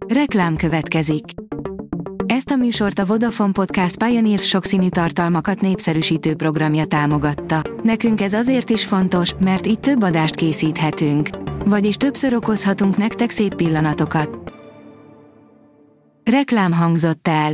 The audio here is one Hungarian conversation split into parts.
Reklám következik. Ezt a műsort a Vodafone Podcast Pioneer sokszínű tartalmakat népszerűsítő programja támogatta. Nekünk ez azért is fontos, mert így több adást készíthetünk. Vagyis többször okozhatunk nektek szép pillanatokat. Reklám hangzott el.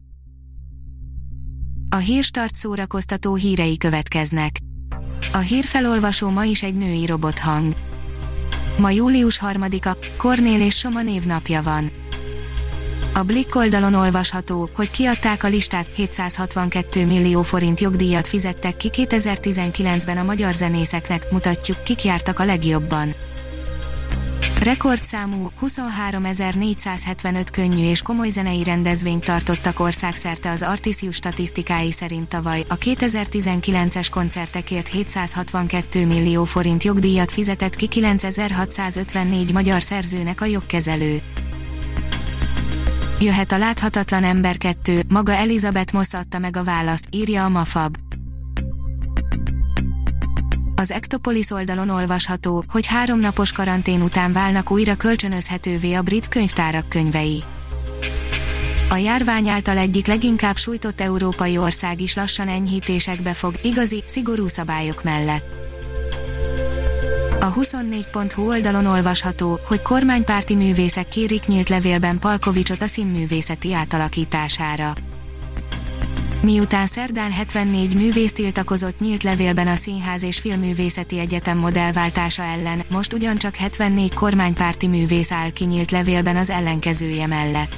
A Hírstart szórakoztató hírei következnek. A hírfelolvasó ma is egy női robothang. Ma július 3-a, Kornél és Soma névnapja van. A Blick oldalon olvasható, hogy kiadták a listát, 762 millió forint jogdíjat fizettek ki 2019-ben a magyar zenészeknek, mutatjuk, kik jártak a legjobban. Rekordszámú, 23.475 könnyű és komoly zenei rendezvényt tartottak országszerte az Artisius statisztikái szerint tavaly, a 2019-es koncertekért 762 millió forint jogdíjat fizetett ki 9654 magyar szerzőnek a jogkezelő. Jöhet a láthatatlan ember 2, maga Elizabeth Moss adta meg a választ, írja a Mafab. Az Ektopolis oldalon olvasható, hogy 3 napos karantén után válnak újra kölcsönözhetővé a brit könyvtárak könyvei. A járvány által egyik leginkább sújtott európai ország is lassan enyhítésekbe fog, igazi, szigorú szabályok mellett. A 24.hu oldalon olvasható, hogy kormánypárti művészek kérik nyílt levélben Palkovicsot a színművészeti átalakítására. Miután szerdán 74 művész tiltakozott nyílt levélben a Színház és Filmművészeti Egyetem modellváltása ellen, most ugyancsak 74 kormánypárti művész áll ki nyílt levélben az ellenkezője mellett.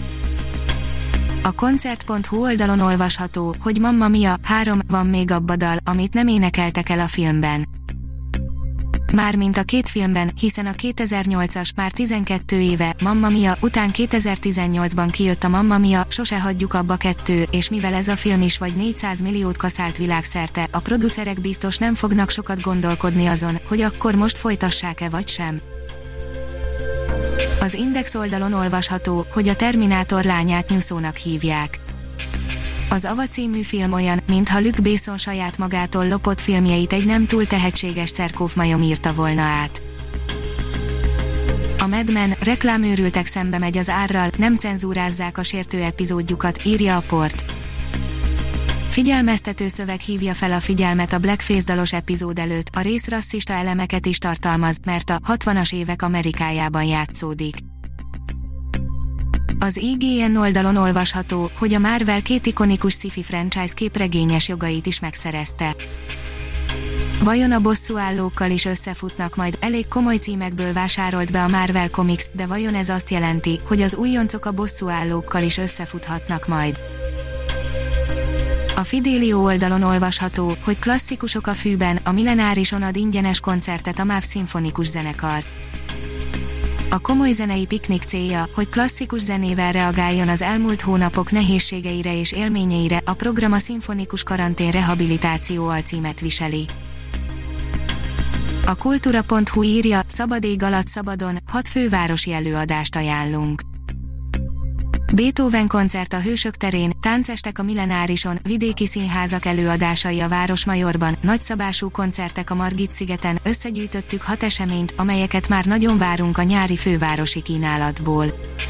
A koncert.hu oldalon olvasható, hogy Mamma Mia, 3, van még abba dal, amit nem énekeltek el a filmben. Mármint a 2 filmben, hiszen a 2008-as, már 12 éve, Mamma Mia, után 2018-ban kijött a Mamma Mia, Sose hagyjuk abba 2, és mivel ez a film is vagy 400 milliót kaszált világszerte, a producerek biztos nem fognak sokat gondolkodni azon, hogy akkor most folytassák-e vagy sem. Az Index oldalon olvasható, hogy a Terminátor lányát Nyuszónak hívják. Az Ava című film olyan, mintha Luc Besson saját magától lopott filmjeit egy nem túl tehetséges cerkófmajom írta volna át. A Mad Men, reklámőrültek szembe megy az árral, nem cenzúrázzák a sértő epizódjukat, írja a Port. Figyelmeztető szöveg hívja fel a figyelmet a Blackface dalos epizód előtt, a rész rasszista elemeket is tartalmaz, mert a 60-as évek Amerikájában játszódik. Az IGN oldalon olvasható, hogy a Marvel 2 ikonikus sci-fi franchise képregényes jogait is megszerezte. Vajon a bosszúállókkal is összefutnak majd? Elég komoly címekből vásárolt be a Marvel Comics, de vajon ez azt jelenti, hogy az újoncok a bosszúállókkal is összefuthatnak majd? A Fidelio oldalon olvasható, hogy klasszikusok a fűben, a Millenárison ad ingyenes koncertet a MÁV szimfonikus zenekar. A komoly zenei piknik célja, hogy klasszikus zenével reagáljon az elmúlt hónapok nehézségeire és élményeire, a program a Szimfonikus Karantén Rehabilitáció alcímet viseli. A kultúra.hu írja, szabad ég alatt szabadon, 6 fővárosi előadást ajánlunk. Beethoven koncert a Hősök terén, táncestek a Millenárison, vidéki színházak előadásai a Városmajorban, nagyszabású koncertek a Margit-szigeten, összegyűjtöttük 6 eseményt, amelyeket már nagyon várunk a nyári fővárosi kínálatból.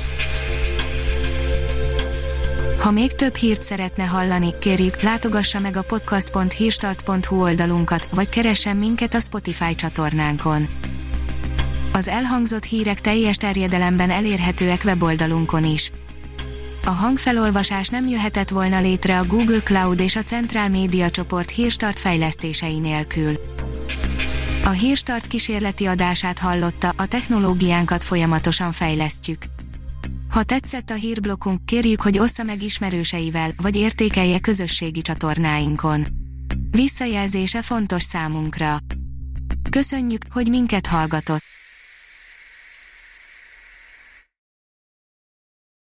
Ha még több hírt szeretne hallani, kérjük, látogassa meg a podcast.hírstart.hu oldalunkat, vagy keressen minket a Spotify csatornánkon. Az elhangzott hírek teljes terjedelemben elérhetőek weboldalunkon is. A hangfelolvasás nem jöhetett volna létre a Google Cloud és a Central Média csoport Hírstart fejlesztései nélkül. A Hírstart kísérleti adását hallotta, a technológiánkat folyamatosan fejlesztjük. Ha tetszett a hírblokkunk, kérjük, hogy ossza meg ismerőseivel, vagy értékelje közösségi csatornáinkon. Visszajelzése fontos számunkra. Köszönjük, hogy minket hallgatott!